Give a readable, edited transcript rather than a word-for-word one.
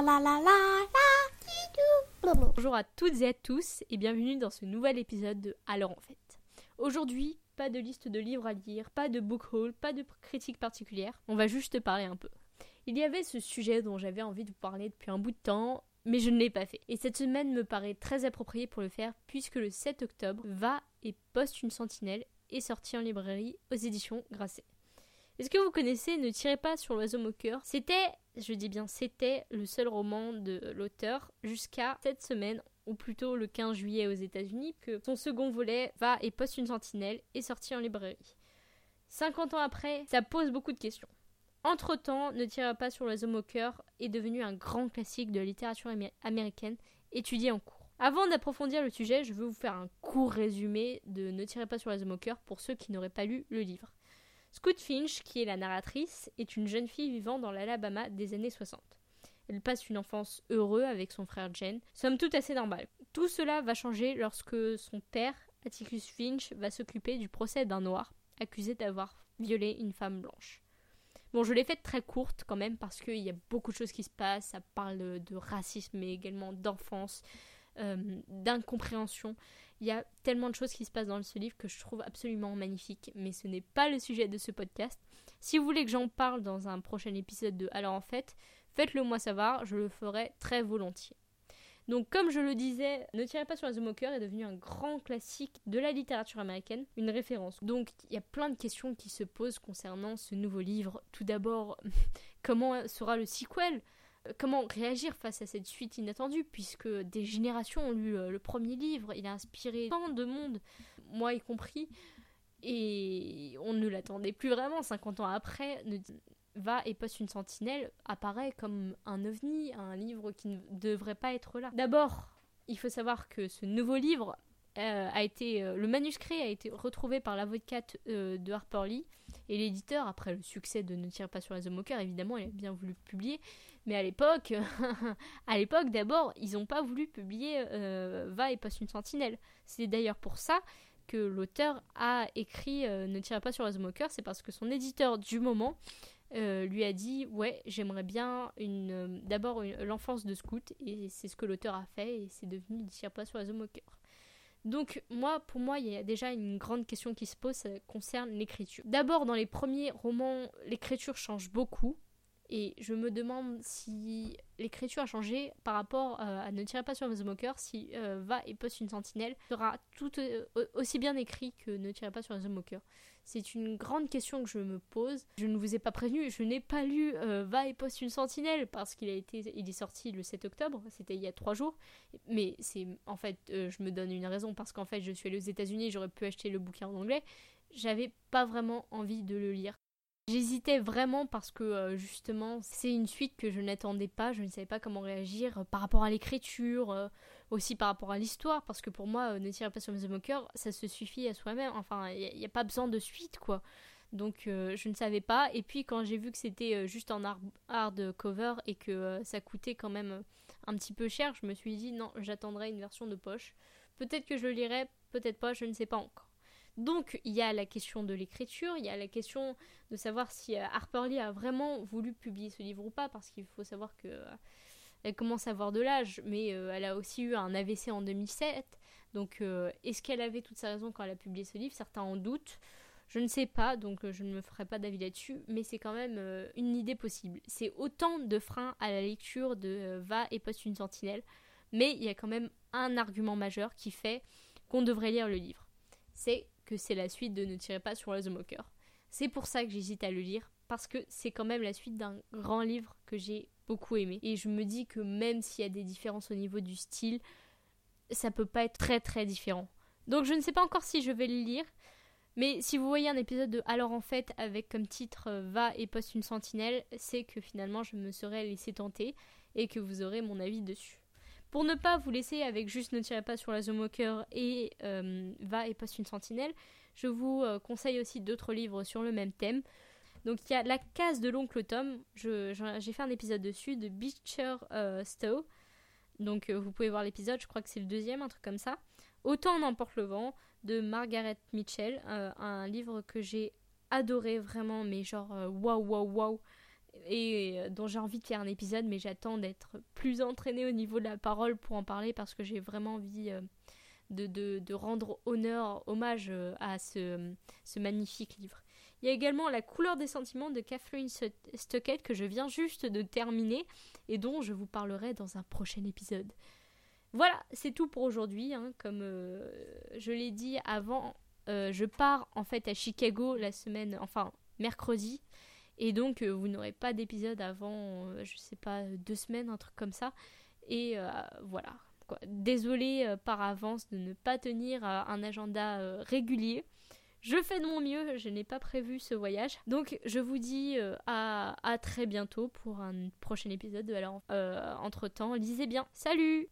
la la la la. Bonjour à toutes et à tous et bienvenue dans ce nouvel épisode de Alors en fait. Aujourd'hui, pas de liste de livres à lire, pas de book haul, pas de critique particulière, on va juste parler un peu. Il y avait ce sujet dont j'avais envie de vous parler depuis un bout de temps, mais je ne l'ai pas fait. Et cette semaine me paraît très appropriée pour le faire puisque le 7 octobre, Va et Poste une sentinelle est sorti en librairie aux éditions Grasset. Est-ce que vous connaissez Ne tirez pas sur l'oiseau moqueur ? C'était le seul roman de l'auteur jusqu'à cette semaine, ou plutôt le 15 juillet aux États-Unis, que son second volet, Va et Poste une sentinelle, est sorti en librairie. 50 ans après, ça pose beaucoup de questions. Entre-temps, Ne tirez pas sur l'oiseau moqueur est devenu un grand classique de la littérature américaine, étudié en cours. Avant d'approfondir le sujet, je veux vous faire un court résumé de Ne tirez pas sur l'oiseau moqueur pour ceux qui n'auraient pas lu le livre. Scout Finch, qui est la narratrice, est une jeune fille vivant dans l'Alabama des années 60. Elle passe une enfance heureuse avec son frère Jen, somme toute assez normale. Tout cela va changer lorsque son père, Atticus Finch, va s'occuper du procès d'un noir, accusé d'avoir violé une femme blanche. Bon, je l'ai faite très courte quand même parce qu'il y a beaucoup de choses qui se passent, ça parle de racisme mais également d'enfance, d'incompréhension. Il y a tellement de choses qui se passent dans ce livre que je trouve absolument magnifique, mais ce n'est pas le sujet de ce podcast. Si vous voulez que j'en parle dans un prochain épisode de Alors en fait, faites-le moi savoir, je le ferai très volontiers. Donc comme je le disais, Ne tirez pas sur l'oiseau moqueur est devenu un grand classique de la littérature américaine, une référence. Donc il y a plein de questions qui se posent concernant ce nouveau livre. Tout d'abord, comment sera le sequel ? Comment réagir face à cette suite inattendue, puisque des générations ont lu le premier livre, il a inspiré tant de monde, moi y compris, et on ne l'attendait plus vraiment. 50 ans après, Va et Poste une sentinelle apparaît comme un ovni, un livre qui ne devrait pas être là. D'abord, il faut savoir que ce nouveau livre le manuscrit a été retrouvé par l'avocate de Harper Lee, et l'éditeur, après le succès de Ne tirez pas sur l'oiseau moqueur, évidemment, il a bien voulu publier, mais à l'époque, d'abord, ils n'ont pas voulu publier Va et Poste une sentinelle. C'est d'ailleurs pour ça que l'auteur a écrit Ne tirez pas sur l'oiseau moqueur, c'est parce que son éditeur du moment lui a dit ouais, j'aimerais bien d'abord l'enfance de Scout, et c'est ce que l'auteur a fait et c'est devenu Ne tirez pas sur l'oiseau moqueur. Donc pour moi, il y a déjà une grande question qui se pose, ça concerne l'écriture. D'abord, dans les premiers romans, l'écriture change beaucoup. Et je me demande si l'écriture a changé par rapport à Ne tirez pas sur l'oiseau moqueur, si Va et Poste une sentinelle sera tout aussi bien écrit que Ne tirez pas sur l'oiseau moqueur. C'est une grande question que je me pose. Je ne vous ai pas prévenu, je n'ai pas lu Va et Poste une sentinelle parce il est sorti le 7 octobre, c'était il y a 3 jours. Mais je me donne une raison parce qu'en fait je suis allée aux États-Unis, j'aurais pu acheter le bouquin en anglais. J'avais pas vraiment envie de le lire. J'hésitais vraiment parce que justement c'est une suite que je n'attendais pas, je ne savais pas comment réagir par rapport à l'écriture, aussi par rapport à l'histoire, parce que pour moi Ne tirez pas sur l'oiseau moqueur, ça se suffit à soi-même, enfin il n'y a pas besoin de suite quoi. Donc je ne savais pas, et puis quand j'ai vu que c'était juste en hardcover et que ça coûtait quand même un petit peu cher, je me suis dit non, j'attendrai une version de poche. Peut-être que je le lirai, peut-être pas, je ne sais pas encore. Donc il y a la question de l'écriture, il y a la question de savoir si Harper Lee a vraiment voulu publier ce livre ou pas, parce qu'il faut savoir que elle commence à avoir de l'âge, mais elle a aussi eu un AVC en 2007, donc est-ce qu'elle avait toutes ses raisons quand elle a publié ce livre ? Certains en doutent, je ne sais pas, donc je ne me ferai pas d'avis là-dessus, mais c'est quand même une idée possible. C'est autant de freins à la lecture de Va et Poste une sentinelle, mais il y a quand même un argument majeur qui fait qu'on devrait lire le livre. C'est que c'est la suite de Ne tirez pas sur l'oiseau moqueur. C'est pour ça que j'hésite à le lire, parce que c'est quand même la suite d'un grand livre que j'ai beaucoup aimé. Et je me dis que même s'il y a des différences au niveau du style, ça peut pas être très très différent. Donc je ne sais pas encore si je vais le lire, mais si vous voyez un épisode de Alors en fait avec comme titre Va et Poste une sentinelle, c'est que finalement je me serais laissé tenter et que vous aurez mon avis dessus. Pour ne pas vous laisser avec juste Ne tirez pas sur l'oiseau moqueur et Va et Poste une sentinelle, je vous conseille aussi d'autres livres sur le même thème. Donc il y a La case de l'oncle Tom, j'ai fait un épisode dessus, de Beecher Stowe. Donc vous pouvez voir l'épisode, je crois que c'est le 2e, un truc comme ça. Autant en emporte le vent, de Margaret Mitchell, un livre que j'ai adoré vraiment, mais genre waouh. et dont j'ai envie de faire un épisode, mais j'attends d'être plus entraînée au niveau de la parole pour en parler parce que j'ai vraiment envie de rendre hommage à ce magnifique livre. Il y a également La couleur des sentiments de Catherine Stockett que je viens juste de terminer et dont je vous parlerai dans un prochain épisode. Voilà, c'est tout pour aujourd'hui. Comme je l'ai dit avant, je pars en fait à Chicago mercredi. Et donc, vous n'aurez pas d'épisode avant, 2 semaines, un truc comme ça. Et voilà. Désolée par avance de ne pas tenir un agenda régulier. Je fais de mon mieux, je n'ai pas prévu ce voyage. Donc, je vous dis à très bientôt pour un prochain épisode. Alors, entre-temps, lisez bien. Salut!